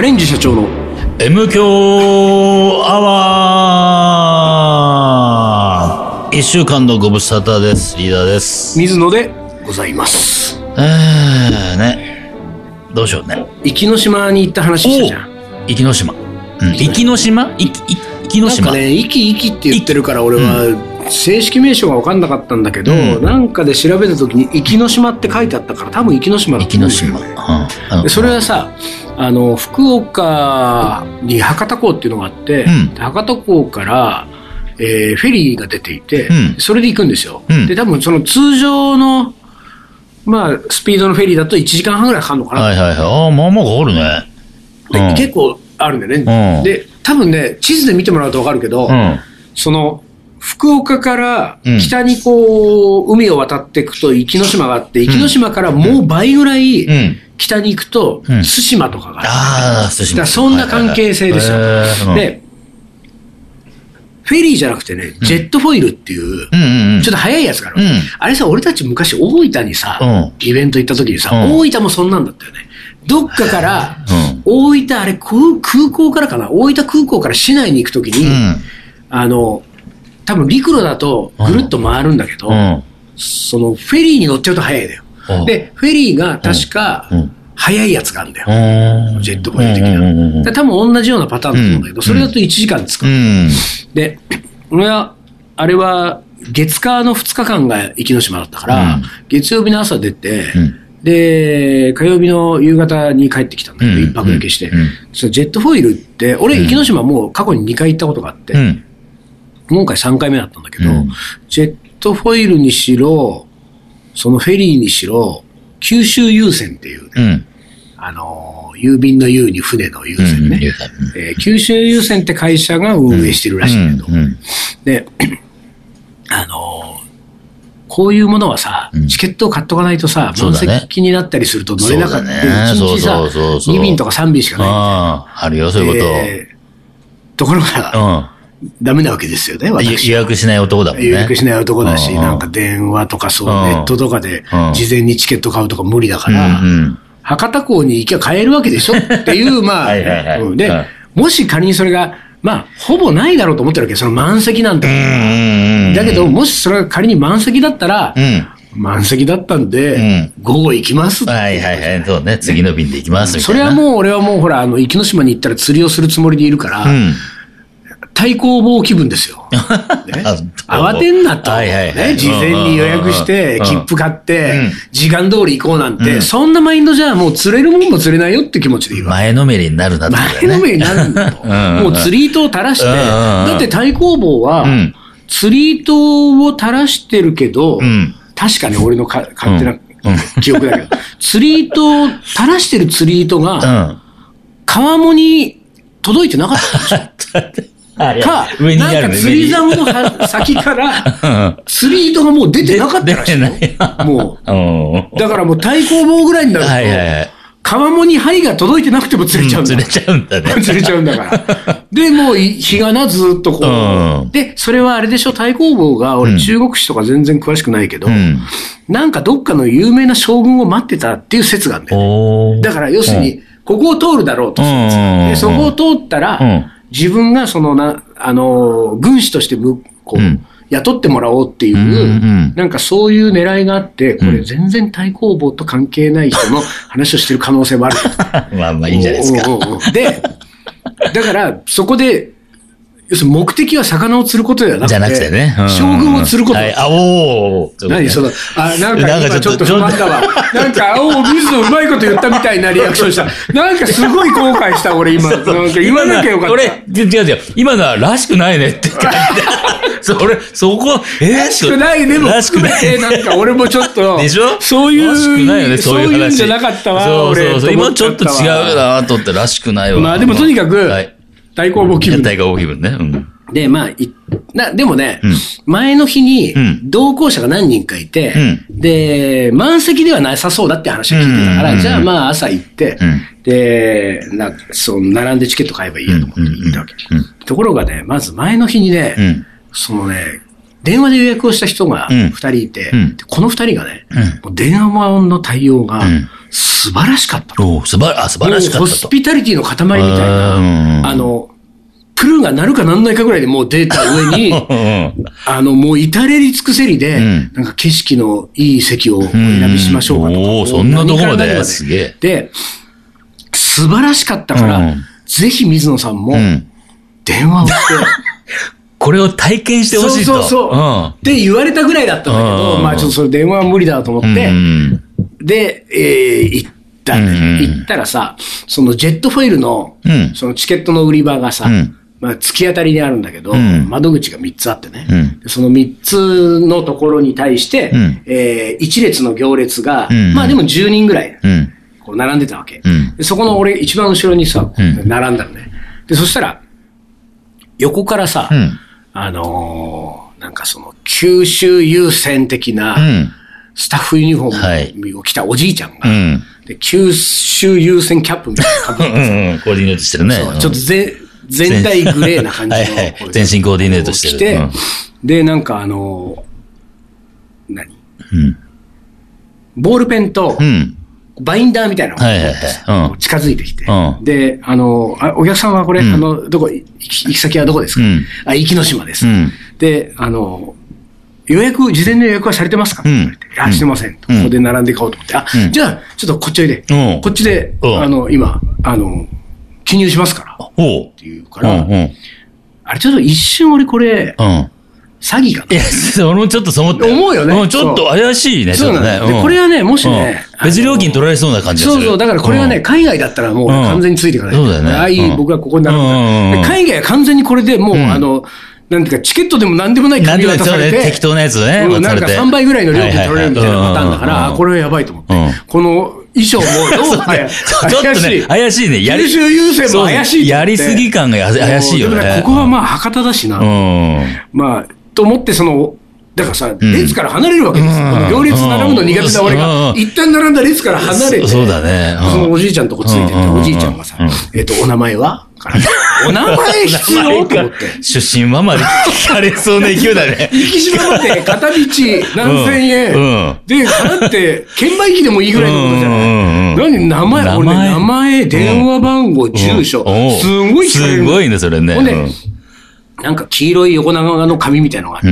レンジ社長の M 強アワー。一週間のご無沙汰です。リーダーです。 水野でございます。 ね。どうしようね。 壱岐島に行った話したじゃん。 壱岐島。壱岐島？壱岐島。 なんかね、壱岐って言ってるから俺は、正式名称が分かんなかったんだけど、なんかで調べた時に壱岐島って書いてあったから多分壱岐島だと思うんだよね。でそれはさ、福岡に博多港っていうのがあって、博多港からフェリーが出ていて、それで行くんですよ。で多分その通常のまあスピードのフェリーだと1時間半ぐらいかかるのかな。 はいはいはい。ああ、まあまあかかるね。 結構あるんだよね。で多分ね、地図で見てもらうと分かるけど、その福岡から北にこう海を渡っていくと壱岐島があって、壱岐島からもう倍ぐらい北に行くと対馬とかがある。だからそんな関係性ですよ。でフェリーじゃなくてね、ジェットフォイルっていうちょっと速いやつがある。あれさ、俺たち昔大分にさイベント行った時にさ、大分もそんなんだったよね。どっかから大分、あれ空港からかな、大分空港から市内に行く時に多分陸路だとぐるっと回るんだけど、そのフェリーに乗っちゃうと早いんだよ。でフェリーが確か速いやつがあるんだよ、ジェットフォイル的な。多分同じようなパターンだと思うんだけど、それだと1時間使う。で俺はあれは月火の2日間が壱岐島だったから、月曜日の朝出て、で火曜日の夕方に帰ってきたんだけど、1泊だけして、そのジェットフォイルって俺壱岐島もう過去に2回行ったことがあって、今回3回目だったんだけど、ジェットフォイルにしろそのフェリーにしろ九州郵船っていうね、郵便の郵に船の郵船ね、九州郵船って会社が運営してるらしいんだけど、でこういうものはさ、チケットを買っとかないとさ、満席になったりすると乗れなかった。1日さ2便とか3便しかないみたいな。 あるよそういうこと。ところがダメなわけですよね、私。 予約しない男だもんね。 予約しない男だし、なんか電話とかそう、ネットとかで事前にチケット買うとか無理だから、博多港に行きゃ買えるわけでしょっていう、まあ、で、もし仮にそれが、まあ、ほぼないだろうと思ってるわけ、その満席なんだから。だけど、もしそれが仮に満席だったら、満席だったんで、午後行きますって。 そうね、次の便で行きますみたいな。 それはもう、俺はもうほら、壱岐島に行ったら釣りをするつもりでいるから、対抗棒気分ですよ。慌てんなと。事前に予約して、切符買って、時間通り行こうなんて、そんなマインドじゃもう釣れるもんも釣れないよって気持ちでいいわ。 前のめりになるなって。 前のめりになるんだと。もう釣り糸を垂らして、だって対抗棒は、釣り糸を垂らしてるけど、確かに俺の勝手な記憶だけど、釣り糸を垂らしてる釣り糸が、川面に届いてなかったんですよ。なんか釣り竿の先から釣り糸がもう出てなかったらしいよ。もうだからもう対抗棒ぐらいになると川面に針が届いてなくても釣れちゃうんだ。 釣れちゃうんだね。 釣れちゃうんだから。でもう日がなずっとこう、でそれはあれでしょ、対抗棒が俺中国史とか全然詳しくないけど、なんかどっかの有名な将軍を待ってたっていう説があるんだよ。だから要するにここを通るだろうと。でそこを通ったら自分がその軍師としてこう雇ってもらおうっていう、なんかそういう狙いがあって、これ全然対抗棒と関係ない人の話をしてる可能性もある。 まあまあいいんじゃないですか。 で、だからそこで、要するに目的は魚を釣ることではなくて、将軍を釣ること。何その、なんか今ちょっと不満だわ。なんか、水野うまいこと言ったみたいなリアクションした。なんかすごい後悔した、俺今。なんか言わなきゃよかった。 俺、違う。今のはらしくないねって感じで。そこ、 らしくないねも含めて、なんか俺もちょっと、 でしょそういう、 らしくないよね、そういう話。 じゃなかったわ、 そう。今ちょっと違うなと思ってらしくないわ。 まあでもとにかく、対抗棒気分。 対抗棒気分ね。 で、まあ、でもね、前の日に同行者が何人かいて、で、満席ではなさそうだって話を聞いてたから、じゃあまあ朝行って、で、並んでチケット買えばいいやと思って行ったわけ。ところがね、まず前の日にね、電話で予約をした人が2人いて、この2人がね、電話の対応が素晴らしかった。 素晴らしかったと。 ホスピタリティの塊みたいな、プルーが鳴るか鳴んないかぐらいでもう出た上に、もう至れり尽くせりで、なんか景色のいい席をお選びしましょうかとか。 そんなとこまですげえ。 で、素晴らしかったから、ぜひ水野さんも、電話をして、 これを体験してほしいと。 そう。って言われたぐらいだったんだけど、まあちょっとそれ電話は無理だと思って、で、行ったらさ、そのジェットフォイルの、そのチケットの売り場がさ、まあ突き当たりにあるんだけど、窓口が3つあってね、その3つのところに対して、1列の行列が、まあでも10人ぐらい、こう並んでたわけ。でそこの俺一番後ろにさ、並んだのね。で、そしたら、横からさ、なんかその、九州優先的な、スタッフユニフォームを着たおじいちゃんが、で九州優先キャップみたいなコーディネートしてるね。 そうちょっと全体グレーな感じの。 全身コーディネートしてる。 で、なんかボールペンと、バインダーみたいなのが近づいてきて。で、お客さんはこれ、行き先はどこですか？壱岐島です。で、事前の予約はされてますかって言われて、いや、してません。ここで並んで買おうと思って、じゃあ、ちょっとこっちおいで。こっちで、今、記入しますから。って言うから、あれちょっと一瞬俺これ、詐欺かな。 いや、俺もちょっとそう思って。 思うよね。 ちょっと怪しいね。 そうなんだ。これはね、もしね。 別料金取られそうな感じがする。 そう、だからこれはね、海外だったらもう完全についていかない。 そうだよね。 ああいう僕はここになるんだ。海外は完全にこれでもう、なんていうか、チケットでも何でもない紙が渡されて。適当なやつね。 なんか3倍ぐらいの料金取られるみたいなパターンだから、これはやばいと思って。この衣装もどうって怪しい。怪しいね。 九州優先も怪しい。 やりすぎ感が怪しいよね。 ここはまあ博多だしな。まあ、と思ってだからさ、列から離れるわけですよ。行列並ぶの苦手な俺が、一旦並んだ列から離れて、 そうだね。 そのおじいちゃんとこついてて、おじいちゃんがさ、お名前はお名前必要と思って。 出身はまで聞かれそうな勢いだね。 壱岐島まで片道何千円で払って、券売機でもいいぐらいのことじゃない。何名前、電話番号、住所。すごい聞かれる。 すごいね、それね。 ほんで、なんか黄色い横長の紙みたいなのがあって、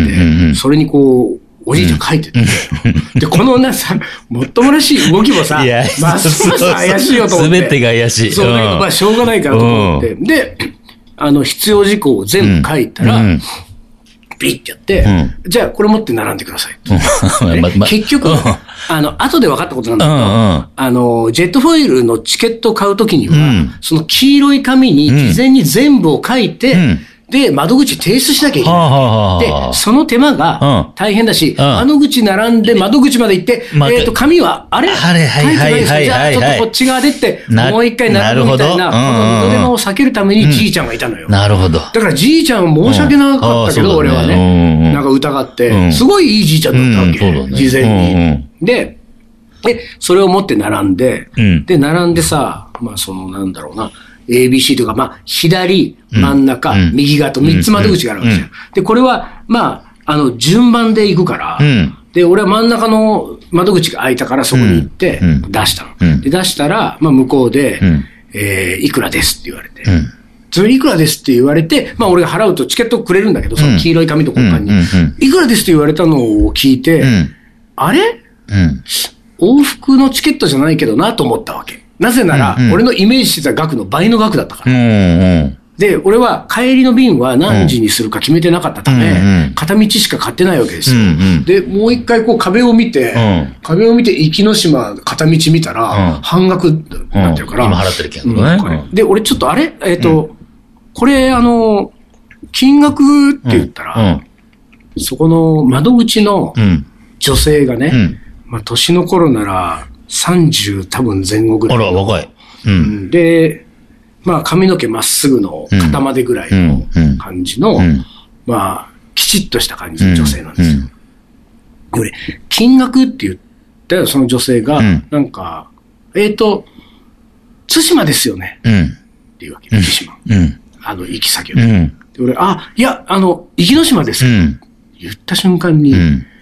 それにこう、おじいちゃん書いてて。で、このもっともらしい動きもさ、ますます怪しいよと思って。 すべてが怪しい。 そう、だけどまあしょうがないからと思って。で、必要事項を全部書いたら、ピッてやって、じゃあこれ持って並んでください。結局、後で分かったことなんだけど、ジェットフォイルのチケットを買うときには、その黄色い紙に事前に全部を書いて、で、窓口提出しなきゃいけない。で、その手間が大変だし、窓口並んで窓口まで行って、紙は、あれ書いてないですか？じゃあちょっとこっち側でって、もう一回並ぶみたいな、この二度手間を避けるためにじいちゃんがいたのよ。 なるほど。 だからじいちゃんは申し訳なかったけど、俺はね、なんか疑って、すごいいいじいちゃんだったわけ。事前に。で、それを持って並んで、で、並んでさ、まあなんだろうな、ABC というか、まあ、左、真ん中、右側と3つ窓口があるわけじゃん。で、これは、まあ、順番で行くから、で、俺は真ん中の窓口が開いたからそこに行って、出したの。で、出したら、まあ、向こうで、いくらですって言われて、それいくらですって言われて、まあ、俺が払うとチケットをくれるんだけど、その黄色い紙と交換に、いくらですって言われたのを聞いて、あれ往復のチケットじゃないけどなと思ったわけ。なぜなら、俺のイメージしてた額の倍の額だったから。で、俺は帰りの便は何時にするか決めてなかったため、片道しか買ってないわけですよ。で、もう一回こう壁を見て、壱岐島片道見たら、半額になってるから。 今払ってる金額ね。 で、俺ちょっとこれ金額って言ったら、そこの窓口の女性がね、まあ年の頃なら、30多分前後ぐらい。 あら、若い。 で、まあ髪の毛まっすぐの肩までぐらいの感じの、まあ、きちっとした感じの女性なんですよ。俺、金額って言ったよ、その女性が、なんか、対馬ですよね。っていうわけ、対馬。行き先を。で、俺、いや、壱岐島です。言った瞬間に、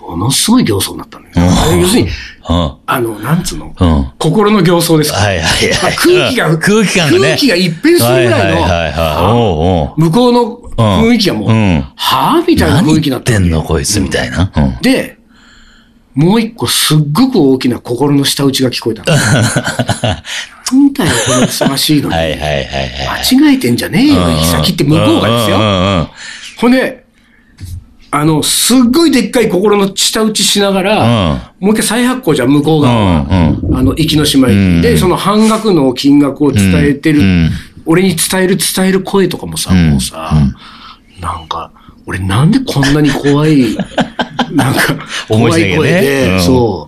ものすごい形相になったんだよ。要するに、なんつうの、心の形相ですから。空気が一変するぐらいの、向こうの雰囲気がもう、はぁみたいな雰囲気になってんのこいつみたいな。 で、もう一個すっごく大きな心の舌打ちが聞こえたの。なんだよ、この忙しいのに。間違えてんじゃねえよ、行き先って向こうがですよ。ほんで、すっごいでっかい心の舌打ちしながら、もう一回再発行じゃん、向こう側は。壱岐島で、その半額の金額を伝えてる、俺に伝える声とかもさ、もうさ、なんか、俺なんでこんなに怖い、なんか、怖い声で、そう。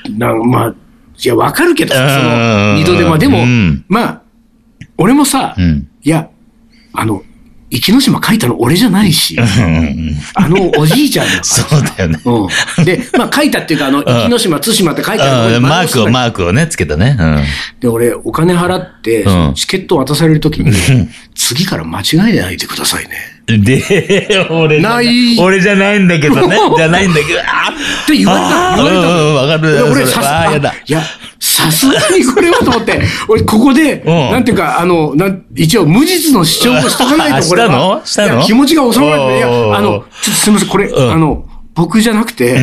まあ、いや、わかるけどさ、その、二度手間。でも、まあ、俺もさ、いや、壱岐島書いたの俺じゃないし、おじいちゃんだから。 そうだよね。 で、まあ書いたっていうか、壱岐島、対馬って書いてある。 マークをね、つけたね。 で、俺、お金払って、チケット渡されるときに、次から間違えないでくださいね。 で、俺じゃないんだけどね。じゃないんだけど、 って言われた。 わかる。 俺、いや、さすがにこれはと思って、俺、ここで、なんていうか、一応、無実の主張をしとかないと、これは。 したの気持ちが収まらない。いや、ちょっとすみません、これ、僕じゃなくて、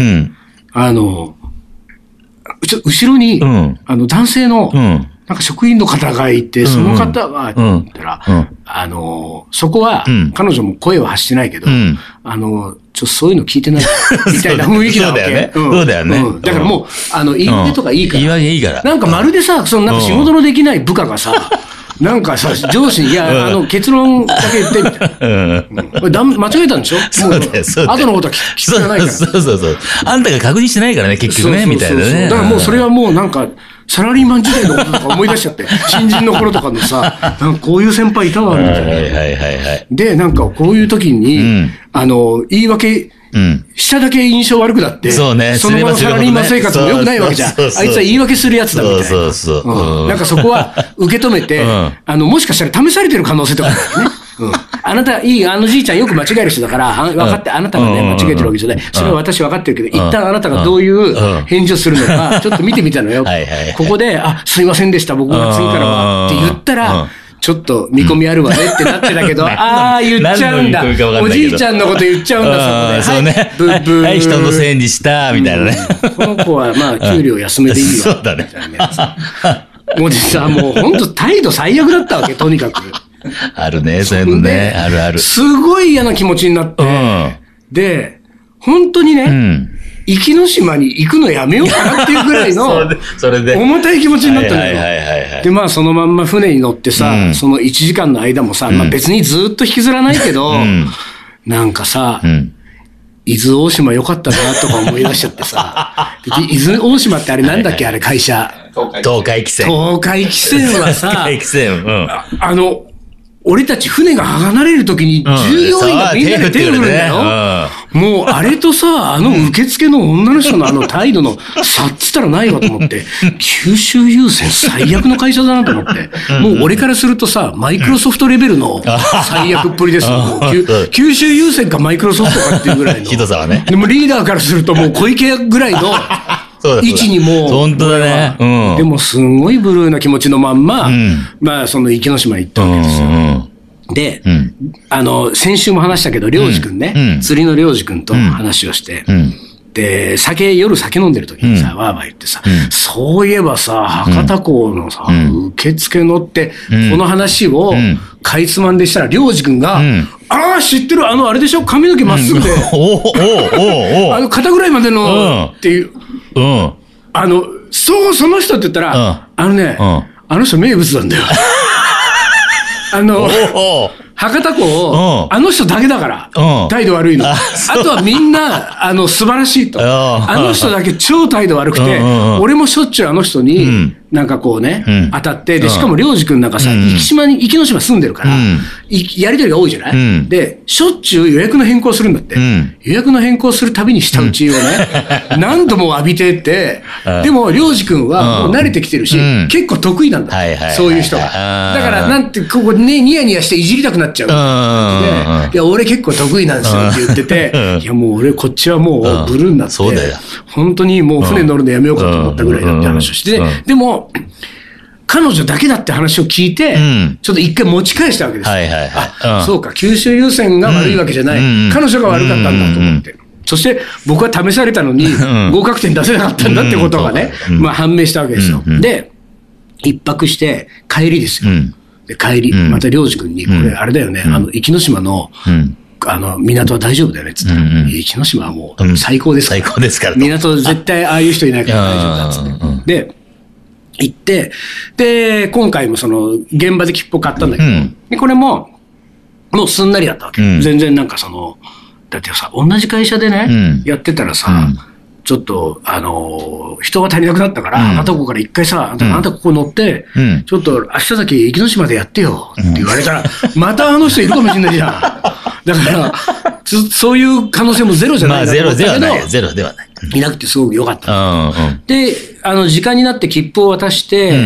後ろに、男性の、なんか職員の方がいて、その方が、言ったら、そこは、彼女も声は発してないけど、そういうの聞いてない、みたいな雰囲気なわけ。 そうだよね。 だからもう、言い訳とかいいから。 言い訳いいから。 なんかまるでさ、なんか仕事のできない部下がさ、なんかさ、上司に、いや、結論だけ言って、みたいな。間違えたんでしょ？ そうだよ、そうだよ。 後のことは聞かないから。 そう。あんたが確認してないからね、結局ね、みたいなね。 だからもうそれはもうなんか、サラリーマン時代のこととか思い出しちゃって、新人の頃とかのさ、なんかこういう先輩いたわ、みたいな。で、なんかこういう時に、言い訳、しただけ印象悪くなって、その後のサラリーマン生活も良くないわけじゃん。あいつは言い訳するやつだみたいな。なんかそこは受け止めて、もしかしたら試されてる可能性とかあるよね。あなた、じいちゃんよく間違える人だから、分かって、あなたがね、間違えてるわけじゃない。それは私分かってるけど、一旦あなたがどういう返事をするのか、ちょっと見てみたのよ。ここで、すいませんでした、僕が次からは、って言ったら、ちょっと見込みあるわねってなってたけど、言っちゃうんだ。おじいちゃんのこと言っちゃうんだ、 そこで。はい、人のせいにした、みたいなね。 この子は、まあ、給料安めでいいわ。 そうだね。 もうさ、もう本当態度最悪だったわけ、とにかく。 あるね、そういうのね。あるある。 すごい嫌な気持ちになって。で、本当にね、壱岐島に行くのやめようかなっていうぐらいの、重たい気持ちになったのよ。で、まあそのまんま船に乗ってさ、その1時間の間もさ、まあ別にずっと引きずらないけど、なんかさ、伊豆大島良かったなとか思い出しちゃってさ、伊豆大島ってあれなんだっけ、あれ会社。 東海汽船。 東海汽船はさ、 東海汽船、 俺たち船が離れるときに従業員がみんなで手を振るんだよ。もうあれとさ、受付の女の人の態度の差っつったらないわと思って、九州郵船最悪の会社だなと思って、もう俺からするとさ、マイクロソフトレベルの最悪っぷりですよ。九州郵船かマイクロソフトかっていうぐらいの。 ひどさはね。 でもリーダーからするともう小池ぐらいの、位置にも、 本当だね。 でもすんごいブルーな気持ちのまんま、まあその壱岐島行ったわけですよ。で、先週も話したけど、良二くんね、釣りの良二くんと話をして、で、夜酒飲んでる時にさ、わーわー言ってさ、そういえばさ、博多港のさ、受付のって、この話をかいつまんでしたら、良二くんが、ああ、知ってる、あれでしょ、髪の毛まっすぐで、肩ぐらいまでの、っていう、その人って言ったら、あの人名物なんだよ。博多港、あの人だけだから、態度悪いの。あとはみんな、素晴らしいと。あの人だけ超態度悪くて、俺もしょっちゅうあの人に、 なんかこうね、 うん、 当たって、で、しかも良二君なんかさ、壱岐島住んでるから、やりとりが多いじゃない、で、しょっちゅう予約の変更するんだって。予約の変更するたびに舌打ちをね、何度も浴びてって、でも良二君はもう慣れてきてるし、結構得意なんだ。そういう人が。だから、なんて、ここね、ニヤニヤしていじりたくなっちゃう。で、いや、俺結構得意なんですよって言ってて、いや、もう俺こっちはもうブルーになって、本当にもう船乗るのやめようかと思ったぐらいだって話をして、でも、彼女だけだって話を聞いて、ちょっと一回持ち返したわけですよ。そうか、九州郵船が悪いわけじゃない。彼女が悪かったんだと思って。そして僕は試されたのに合格点出せなかったんだってことがね、まあ判明したわけですよ。で、一泊して帰りですよ。で、帰り、また良二君に、これあれだよね、壱岐島の、港は大丈夫だよねっつったら、壱岐島はもう最高ですから。 最高ですから。 港絶対ああいう人いないから大丈夫だっつって。で、行って、で、今回もその、現場で切符を買ったんだけど、でこれも、もうすんなりだったわけ。全然なんかその、だってさ、同じ会社でね、やってたらさ、ちょっと、人が足りなくなったから、あなたここから一回さ、あなたここ乗って、ちょっと明日先壱岐島でやってよって言われたら、またあの人いるかもしれないじゃん。だから、そういう可能性もゼロじゃない。 まあゼロではない。ゼロではない。 いなくてすごく良かった。で、時間になって切符を渡して、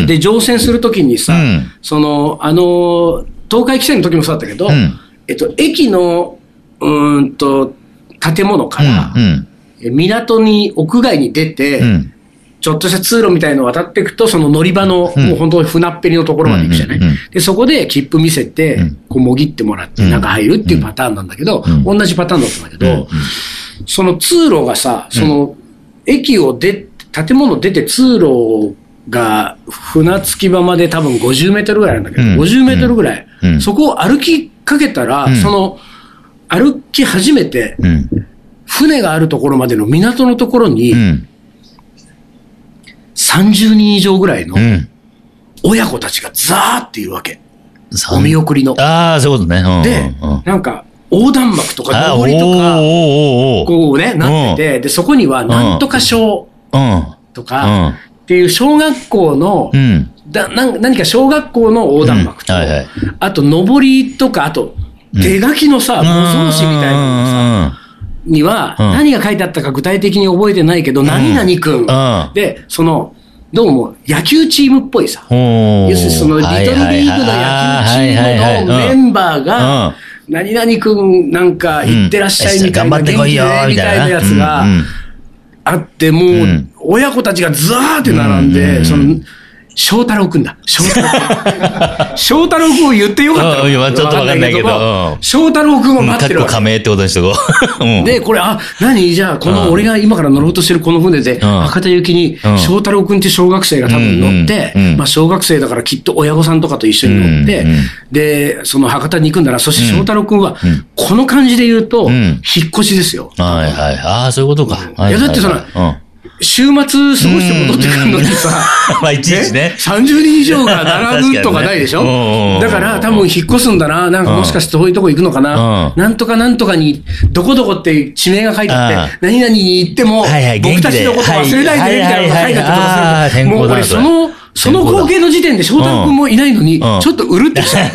で、乗船するときにさ、その、東海汽船の時もそうだったけど、駅の、建物から、港に、屋外に出て、ちょっとした通路みたいのを渡っていくと、その乗り場の、もう本当に船っぺりのところまで行くじゃない。で、そこで切符見せて、こうもぎってもらって中入るっていうパターンなんだけど、同じパターンだったんだけど、その通路がさ、その、駅を建物出て通路が船着き場まで多分50メートルぐらいあるんだけど、50メートルぐらい、そこを歩きかけたら、その、歩き始めて、船があるところまでの港のところに、30人以上ぐらいの親子たちがザーっているわけ。お見送りの。 ああ、そういうことね。 で、なんか、横断幕とか、上りとか、こうね、なってて、で、そこには、なんとか小とか、っていう小学校の、何か小学校の横断幕と、あと、上りとか、あと、手書きのさ、模造紙みたいなのさ、には、何が書いてあったか具体的に覚えてないけど、何々くん。で、その、どうも野球チームっぽいさ。要するにそのリトルリーグの野球チームのメンバーが、何々くんなんか行ってらっしゃいみたいな、 頑張ってこいよみたいなやつがあって、もう、親子たちがずーって並んで、その、翔太郎くんだ。翔太郎くん。翔太郎くんを言ってよかったの。 ちょっとわかんないけど。 翔太郎くんを待ってるわけ。 仮名ってことにしとこう。で、これ、何じゃあ、この俺が今から乗ろうとしてるこの船で、博多行きに翔太郎くんって小学生が多分乗って、まあ小学生だからきっと親御さんとかと一緒に乗って、で、その博多に行くんだな。そして翔太郎くんは、この感じで言うと、引っ越しですよ。 はいはい。ああ、そういうことか。 いや、だってその、週末過ごして戻ってくるのにさ、 まあいちいちね。 30人以上が並ぶとかないでしょ。だから多分引っ越すんだな。なんかもしかしてそういうとこ行くのかな。なんとかなんとかに、どこどこって地名が書いてあって、何々に行っても、僕たちのこと忘れないで、みたいなのが書いてあってもう俺その光景の時点で翔太郎くんもいないのに、ちょっとうるってきちゃって。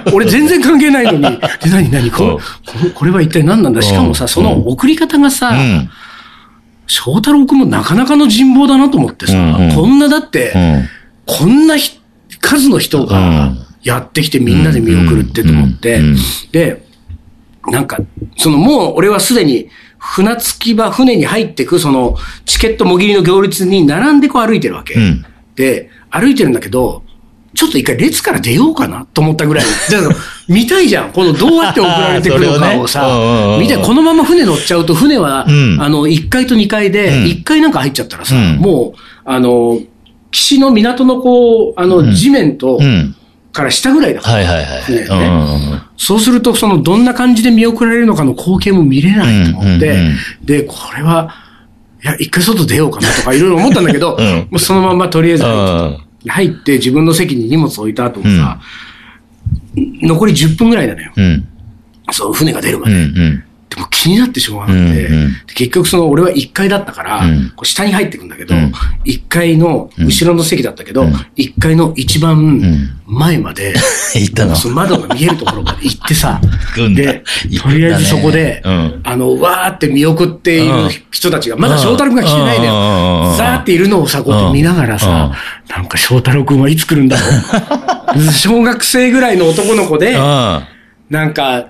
俺全然関係ないのに、で、何これは一体何なんだ。しかもさ、その送り方がさ、翔太郎くんもなかなかの人望だなと思ってさ、こんなだって、こんな数の人がやってきてみんなで見送るってと思って、で、なんか、そのもう俺はすでに船に入ってくそのチケットもぎりの行列に並んでこう歩いてるわけ。で、歩いてるんだけど、ちょっと一回列から出ようかなと思ったぐらい。だから見たいじゃん。このどうやって送られてくるのかをさ、見たい。このまま船乗っちゃうと、船は、1階と2階で、1階なんか入っちゃったらさ、もう、岸の港のこう、地面と、から下ぐらいだから。船ね。そうすると、その、どんな感じで見送られるのかの光景も見れないと思って、で、これは、いや、一回外出ようかなとかいろいろ思ったんだけど、もうそのままとりあえず入って自分の席に荷物置いた後もさ、残り10分ぐらいなのよ。その船が出るまで。 でも気になってしょうがなくて、結局俺は1階だったから、こう下に入ってくんだけど、1階の後ろの席だったけど、1階の一番前まで、 行ったの？ その窓が見えるところまで行ってさ、で、とりあえずそこで、わーって見送っている人たちが、まだ翔太郎くんが来てないのよ。ザーっているのをさ、こうやって見ながらさ、なんか翔太郎くんはいつ来るんだろう。小学生ぐらいの男の子で、なんか、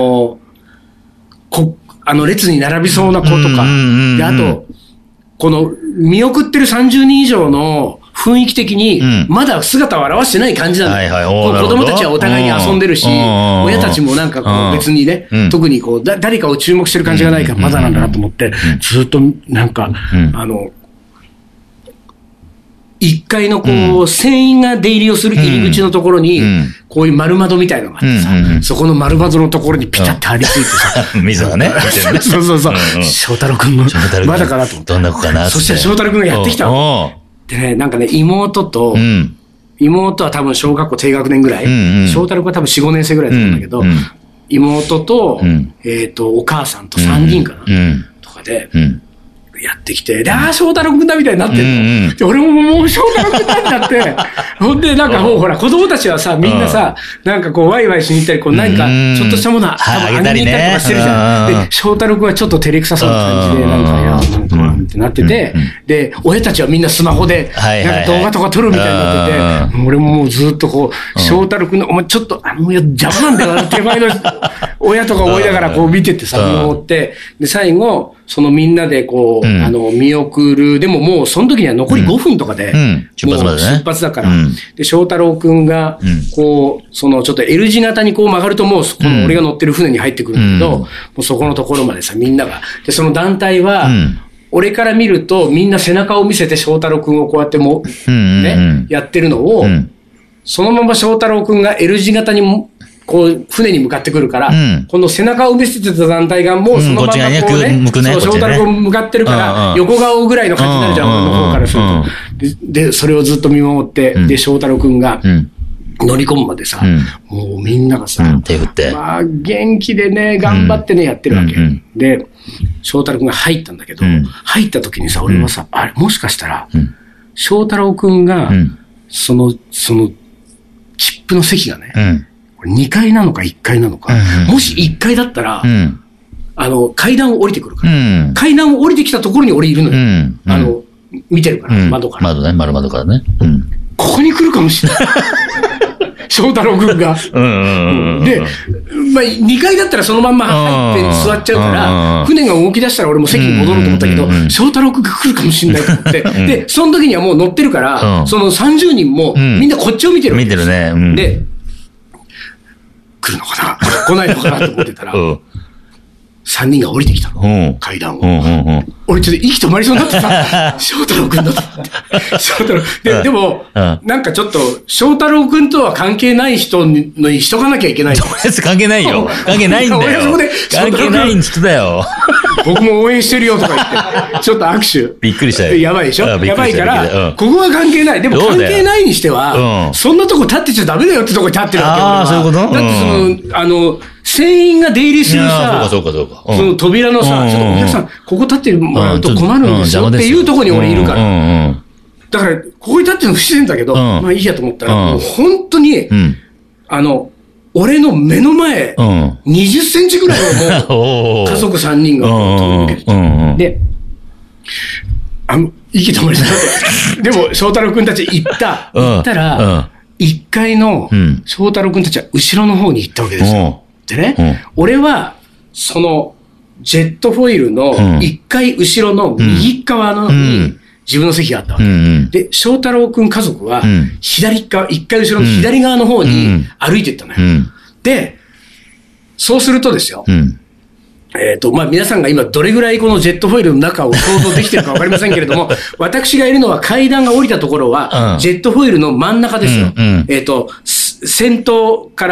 列に並びそうな子とか、で、あと、この、見送ってる30人以上の雰囲気的に、まだ姿を現してない感じなんだよ。子供たちはお互いに遊んでるし、親たちもなんかこう別にね、特にこう、誰かを注目してる感じがないから、まだなんだなと思って、ずっとなんか、1階のこう、船員が出入りをする入り口のところに、こういう丸窓みたいなのがあってさ、そこの丸窓のところにピタッて張り付いてさ、 水がね。 そうそうそう。翔太郎くんの、まだかなと思って。 どんな子かなって。 そしたら翔太郎くんがやってきたの。でね、なんかね、妹は多分小学校低学年ぐらい、翔太郎くんは多分4、5年生ぐらいだったんだけど、妹と、お母さんと3人かな、とかで、やってきて、で、翔太郎くんだみたいになってんの。で、俺ももう翔太郎くんだになって、ほんで、なんかもうほら、子供たちはさ、みんなさ、なんかこう、ワイワイしに行ったり、こう、何か、ちょっとしたものは、あげたりとかしてるじゃん。で、翔太郎くんはちょっと照れくさそうな感じで、なんか、いや、なんか、ってなってて、で、親たちはみんなスマホで、なんか動画とか撮るみたいになってて、俺ももうずっとこう、翔太郎くんの、お前ちょっと、邪魔なんだよな、手前の親とか思いながらこう見ててさ、見守って、で、最後、そのみんなでこう、見送る。でももうその時には残り5分とかで、もう出発だから。で、翔太郎くんが、こう、そのちょっと L 字型にこう曲がるともう、この俺が乗ってる船に入ってくるんだけど、もうそこのところまでさ、みんなが。で、その団体は、俺から見るとみんな背中を見せて翔太郎くんをこうやっても、ね、やってるのを、そのまま翔太郎くんが L 字型にこう、船に向かってくるから、この背中を見せてた団体がもうそのままこうね、翔太郎くん向かってるから、横顔ぐらいの感じになるじゃん、俺の方からすると。で、それをずっと見守って、で、翔太郎くんが、乗り込むまでさ、もうみんながさ、 手振って。 まあ、元気でね、頑張ってね、やってるわけ。で、翔太郎くんが入ったんだけど、入った時にさ、俺はさ、あれ、もしかしたら、翔太郎くんが、その、切符の席がね、2階なのか1階なのか、もし1階だったら、階段を降りてくるから、階段を降りてきたところに俺いるのよ。見てるから、窓から。 窓ね、丸窓からね。 ここに来るかもしれない。翔太郎くんが。で、まあ、2階だったらそのまんま入って座っちゃうから、船が動き出したら俺も席に戻ろうと思ったけど、翔太郎くんが来るかもしれないと思って、で、その時にはもう乗ってるから、その30人もみんなこっちを見てるわけです。 見てるね。 で、来るのかな来ないのかなと思ってたら、3人が降りてきたの。階段を。俺ちょっと息止まりそうになってさ、翔太郎くんだと思って。翔太郎。でも、なんかちょっと、翔太郎くんとは関係ない人にしとかなきゃいけない。 関係ないよ。関係ないんだよ。 俺そこで、 関係ない人だよ。 僕も応援してるよとか言って、ちょっと握手。 びっくりしたよ。 やばいでしょやばいから、ここは関係ない。でも関係ないにしては、そんなとこ立ってちゃダメだよってとこに立ってるわけよ。 ああ、そういうこと？ だって船員が出入りするさ、 そうか。 その扉のさ、ちょっとお客さん、ここ立ってもらうと困るんですよっていうところに俺いるから。だから、ここに立ってるの不自然だけど、まあいいやと思ったら、もう本当に、俺の目の前、20センチぐらいをもう、家族3人が通り抜けて。で、息止まりそうだでも、翔太郎くんたち行ったら、1階の翔太郎くんたちは後ろの方に行ったわけですよ。でね、俺は、その、ジェットフォイルの1階後ろの右側のに自分の席があったわけ。で、翔太郎くん家族は、左側、1階後ろの左側の方に歩いていったのよ。で、そうするとですよ。まあ、皆さんが今どれぐらいこのジェットフォイルの中を想像できてるかわかりませんけれども、私がいるのは階段が降りたところは、ジェットフォイルの真ん中ですよ。先頭から、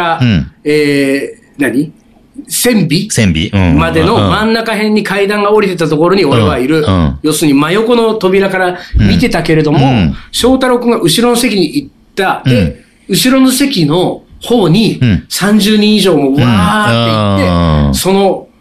船尾までの真ん中辺に階段が降りてたところに俺はいる。要するに真横の扉から見てたけれども、翔太郎くんが後ろの席に行った。で、後ろの席の方に30人以上もわーって行って、その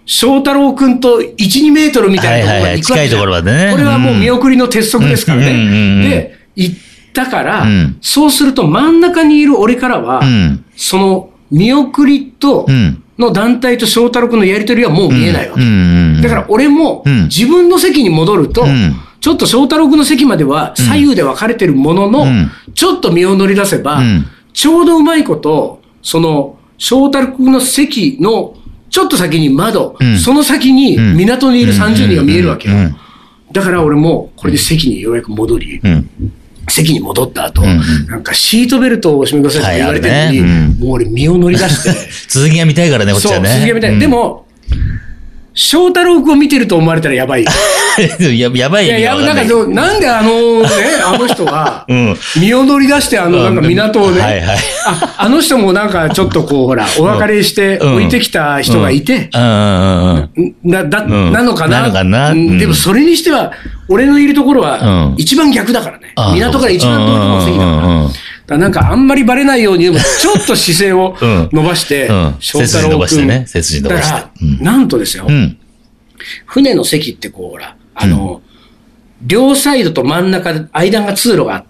翔太郎くんと1、2メートルみたいなところまで行くわけじゃん。 近いところまでね。 これはもう見送りの鉄則ですからね。で、行ったから、そうすると真ん中にいる俺からは、その見送りと、の団体と翔太郎くんのやりとりはもう見えないわけ。だから俺も自分の席に戻ると、ちょっと翔太郎くんの席までは左右で分かれてるものの、ちょっと身を乗り出せば、ちょうどうまいこと、その翔太郎くんの席のちょっと先に窓、その先に港にいる30人が見えるわけよ。だから俺もこれで席にようやく戻り、席に戻った後、なんかシートベルトを締めくださいって言われてるのに、もう俺身を乗り出して。 続きが見たいからね、こっちはね。 そう、続きが見たい。でも、翔太郎くんを見てると思われたらやばい。 やばいよ。 いや、なんであの人が、身を乗り出してなんか港をね、あの人もなんかちょっとこう、ほら、お別れして置いてきた人がいて、なのかな。でもそれにしては、俺のいるところは一番逆だからね。港から一番遠いところの席だから。なんかあんまりバレないように、でもちょっと姿勢を伸ばして、翔太郎くん。 背筋伸ばして。 なんとですよ、船の席ってこう、ほら、両サイドと真ん中で間が通路があって、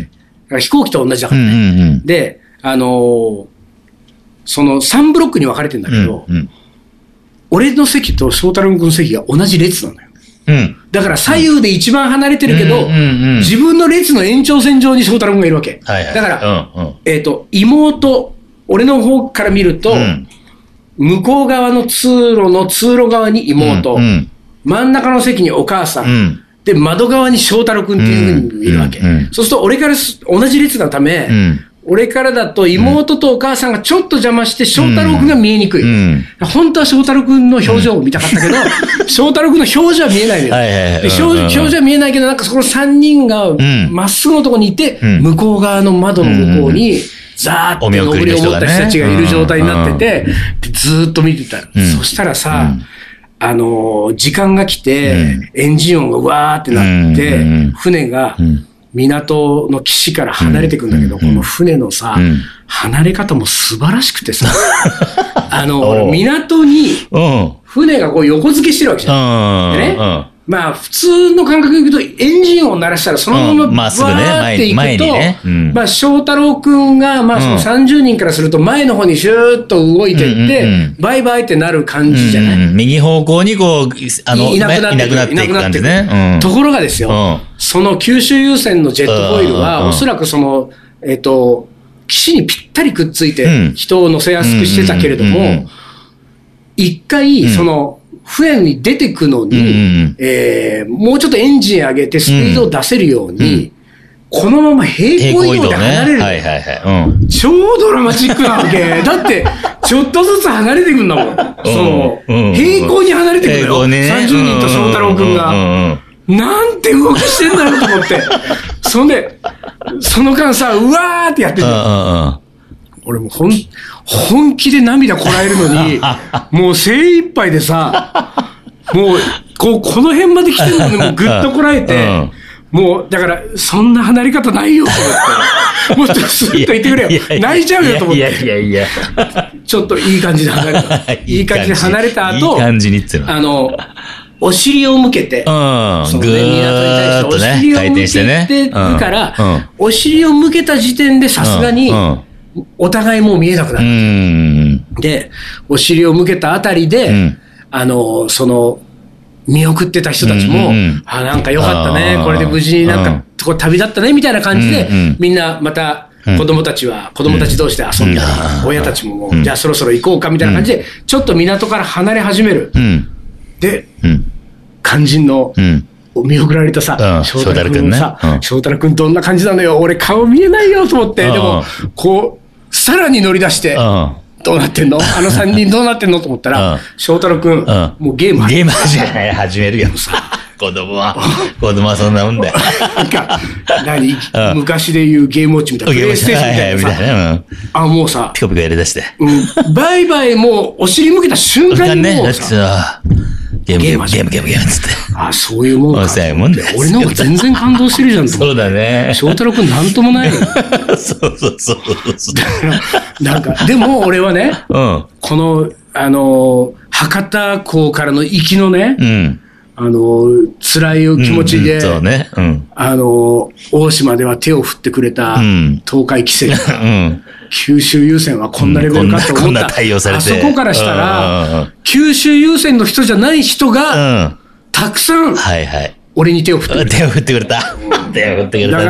飛行機と同じだからね。で、その3ブロックに分かれてるんだけど、俺の席と翔太郎くんの席が同じ列なのよ。だから左右で一番離れてるけど、自分の列の延長線上に翔太郎くんがいるわけ。だから、妹、俺の方から見ると、向こう側の通路側に妹、真ん中の席にお母さん、で、窓側に翔太郎くんっていうふうにいるわけ。そうすると俺から同じ列のため、俺からだと妹とお母さんがちょっと邪魔して翔太郎くんが見えにくい。本当は翔太郎くんの表情を見たかったけど、翔太郎くんの表情は見えないのよ。表情は見えないけど、なんかそこの3人がまっすぐのところにいて、向こう側の窓の向こうに、ザーッと上りを持った人たちがいる状態になってて、ずーっと見てた。そしたらさ、時間が来て、エンジン音がわーってなって、船が港の岸から離れていくんだけど、この船のさ、離れ方も素晴らしくてさ、港に船がこう横付けしてるわけじゃん。でね、まあ普通の感覚でいくとエンジン音を鳴らしたらそのままわーっていくと、まあ翔太郎くんがまあその30人からすると前の方にシューッと動いていって、バイバイってなる感じじゃない。 右方向にこう、いなくなっていく感じね。 ところがですよ、その九州優先のジェットホイールはおそらくその、岸にぴったりくっついて人を乗せやすくしてたけれども、一回その、船に出てくのに、もうちょっとエンジン上げてスピードを出せるように、このまま平行移動で離れる。超ドラマチックなわけ。だって、ちょっとずつ離れていくんだもん。平行に離れていくのよ。30人と翔太郎くんが。なんて動きしてんだろうと思って。そんで、その間さ、うわーってやってる。俺も本気で涙こらえるのに、もう精一杯でさ、もう、この辺まで来てるのにもうぐっとこらえて、もう、だから、そんな離れ方ないよと思って。もっとスッと言ってくれよ。泣いちゃうよと思って。ちょっといい感じで離れた。いい感じで離れた後、お尻を向けて、そのね、港に対してお尻を向けてるから、お尻を向けた時点でさすがに、お互いもう見えなくなる。で、お尻を向けたあたりで、その、見送ってた人たちも、なんか良かったね、これで無事になんか、旅立ったね、みたいな感じで、みんなまた、子供たち同士で遊んだり、親たちもじゃあそろそろ行こうか、みたいな感じで、ちょっと港から離れ始める。で、肝心の、見送られたさ、翔太郎くんさ、翔太郎くんどんな感じなのよ、俺顔見えないよと思って、でも、こう、さらに乗り出して、どうなってんの3人どうなってんのと思ったら、翔太郎くん、もうゲーム始めるよ。子供はそんなもんだよ。 なんか、昔で言うゲームウォッチみたいな、プレイステーションみたいなさ、もうさ、 ピコピコやり出して。 バイバイもう、お尻向けた瞬間にもうさ、 ゲームつって。 そういうもんか。 そういうもんだよ。 俺の方が全然感動してるじゃん。 そうだね。 翔太郎くんなんともないよ。 そう。 なんか、でも俺はね、この、 博多港からの行きのね、 うん。 辛い気持ちで、 そうね。うん。 大島では手を振ってくれた東海汽船が、 うん。 九州郵船はこんなレベルかと思った。 こんな対応されて。 あそこからしたら、九州郵船の人じゃない人が、たくさん、 はいはい。 俺に手を振ってくれた。 手を振ってくれた。手を振ってくれた。 だから、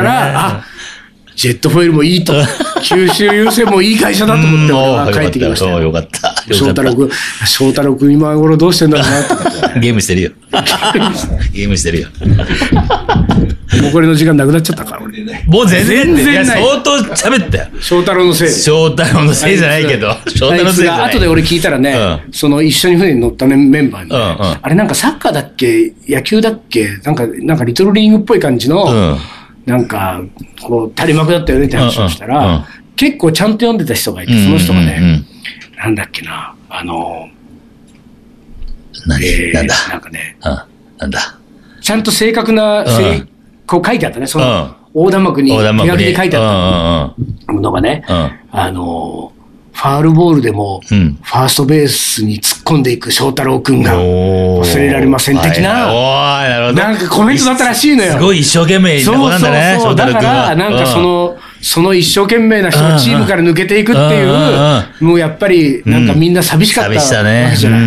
ジェットフォイルもいいと、九州郵船もいい会社だと思って俺は帰ってきましたよ。 よかった。 翔太郎君今頃どうしてんだろうなって。 ゲームしてるよ。ゲームしてるよ。 もうこれの時間なくなっちゃったから、俺。 もう全然ない。いや、 ない相当喋ったよ。 翔太郎のせいで。 翔太郎のせいじゃないけど。翔太郎のせいじゃない。 後で俺聞いたらね、その一緒に船に乗った、ね、メンバーに、あれなんかサッカーだっけ野球だっけなんかリトルリーグっぽい感じの、なんか、こう、垂れ幕だったよねって話をしたら、結構ちゃんと読んでた人がいて、その人がね、なんだっけな、 なんだなんかね、 なんだ。 ちゃんと正確な、こう書いてあったね、その、横断幕に手書きで書いてあったのがね、ファールボールでも、ファーストベースに突っ込んでいく翔太郎くんが忘れられません的な、なんかコメントだったらしいのよ。 すごい一生懸命な子なんだね、翔太郎くんは。だから、なんかその一生懸命な人がチームから抜けていくっていう、もうやっぱりなんかみんな寂しかったわけじゃない。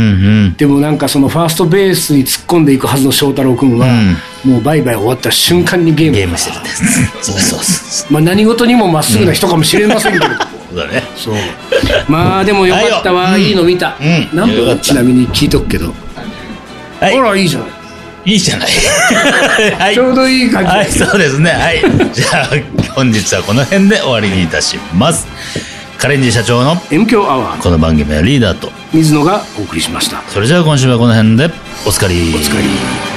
でもなんかそのファーストベースに突っ込んでいくはずの翔太郎くんは、もうバイバイ終わった瞬間にゲームしてるんです。そう。 まあ何事にもまっすぐな人かもしれませんけど。 そうだね。 そう。まあでもよかったわ。いいの見た。何分ちなみに聞いとくけど。ほら、いいじゃない。 いいじゃない。 ちょうどいい感じ。 はい、そうですね。はい。じゃあ、本日はこの辺で終わりにいたします。カレンジ社長の M 強アワー。 この番組はリーダーと水野がお送りしました。 それじゃあ今週はこの辺でおつかり。 おつかり。